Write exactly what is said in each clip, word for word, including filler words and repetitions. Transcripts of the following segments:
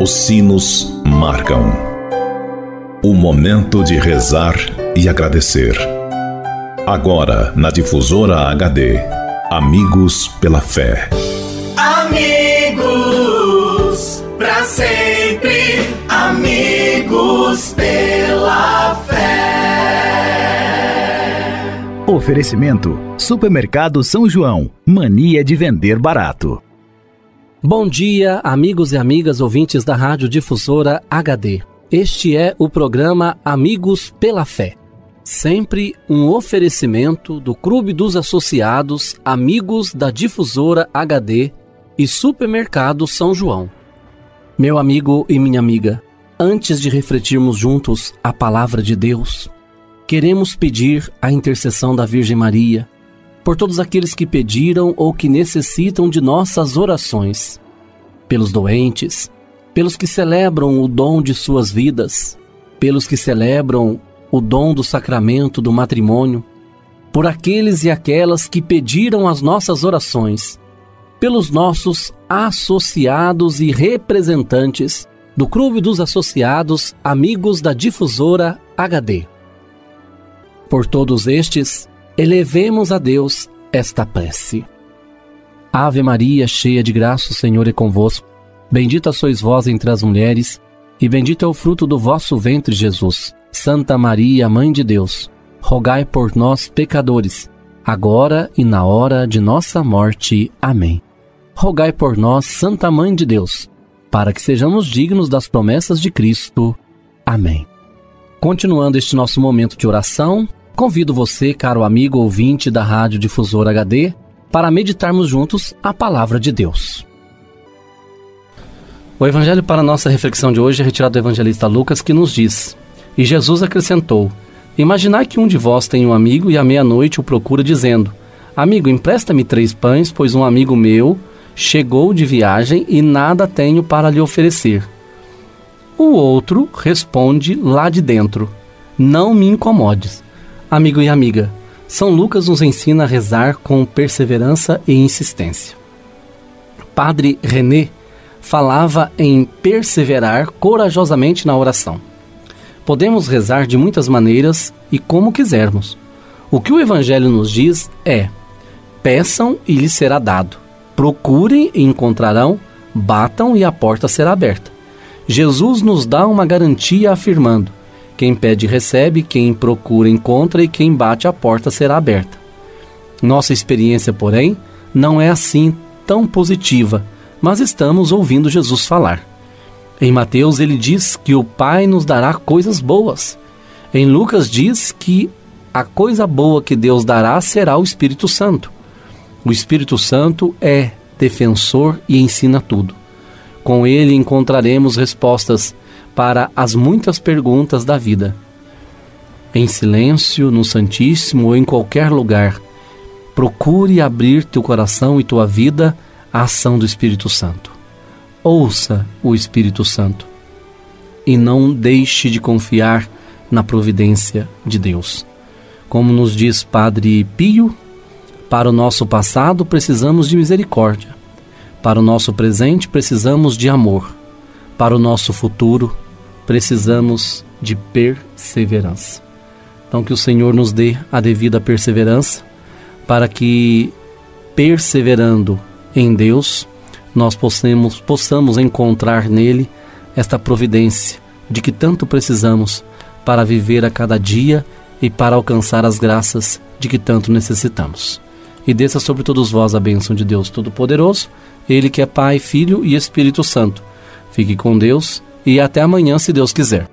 Os sinos marcam o momento de rezar e agradecer. Agora, na Difusora H D, Amigos pela Fé. Amigos, pra sempre, amigos pela fé. Oferecimento: Supermercado São João, mania de vender barato. Bom dia, amigos e amigas ouvintes da Rádio Difusora H D. Este é o programa Amigos pela Fé. Sempre um oferecimento do Clube dos Associados Amigos da Difusora H D e Supermercado São João. Meu amigo e minha amiga, antes de refletirmos juntos a palavra de Deus, queremos pedir a intercessão da Virgem Maria por todos aqueles que pediram ou que necessitam de nossas orações, pelos doentes, pelos que celebram o dom de suas vidas, pelos que celebram o dom do sacramento do matrimônio, por aqueles e aquelas que pediram as nossas orações, pelos nossos associados e representantes do Clube dos Associados Amigos da Difusora H D. Por todos estes, elevemos a Deus esta prece. Ave Maria, cheia de graça, o Senhor é convosco. Bendita sois vós entre as mulheres, e bendito é o fruto do vosso ventre, Jesus. Santa Maria, Mãe de Deus, rogai por nós, pecadores, agora e na hora de nossa morte. Amém. Rogai por nós, Santa Mãe de Deus, para que sejamos dignos das promessas de Cristo. Amém. Continuando este nosso momento de oração, convido você, caro amigo ouvinte da Rádio Difusora H D, para meditarmos juntos a Palavra de Deus. O Evangelho para a nossa reflexão de hoje é retirado do evangelista Lucas, que nos diz: E Jesus acrescentou: Imaginai que um de vós tem um amigo e à meia-noite o procura dizendo: Amigo, empresta-me três pães, pois um amigo meu chegou de viagem e nada tenho para lhe oferecer. O outro responde lá de dentro: Não me incomodes. Amigo e amiga, São Lucas nos ensina a rezar com perseverança e insistência. Padre René falava em perseverar corajosamente na oração. Podemos rezar de muitas maneiras e como quisermos. O que o Evangelho nos diz é: peçam e lhes será dado, procurem e encontrarão, batam e a porta será aberta. Jesus nos dá uma garantia afirmando: quem pede recebe, quem procura encontra e quem bate a porta será aberta. Nossa experiência, porém, não é assim tão positiva, mas estamos ouvindo Jesus falar. Em Mateus ele diz que o Pai nos dará coisas boas. Em Lucas diz que a coisa boa que Deus dará será o Espírito Santo. O Espírito Santo é defensor e ensina tudo. Com ele encontraremos respostas para as muitas perguntas da vida. Em silêncio, no Santíssimo ou em qualquer lugar, procure abrir teu coração e tua vida à ação do Espírito Santo. Ouça o Espírito Santo e não deixe de confiar na providência de Deus. Como nos diz Padre Pio, para o nosso passado precisamos de misericórdia, para o nosso presente precisamos de amor, para o nosso futuro precisamos de perseverança. Então que o Senhor nos dê a devida perseverança para que, perseverando em Deus, nós possamos, possamos encontrar nele esta providência de que tanto precisamos para viver a cada dia e para alcançar as graças de que tanto necessitamos. E desça sobre todos vós a bênção de Deus Todo-Poderoso, Ele que é Pai, Filho e Espírito Santo. Fique com Deus e até amanhã, se Deus quiser.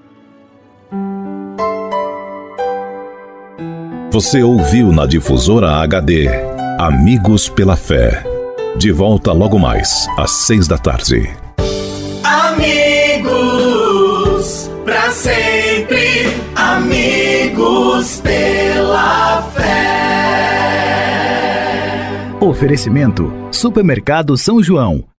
Você ouviu na Difusora H D Amigos pela Fé. De volta logo mais, às seis da tarde. Amigos, pra sempre, amigos pela fé. Oferecimento: Supermercado São João,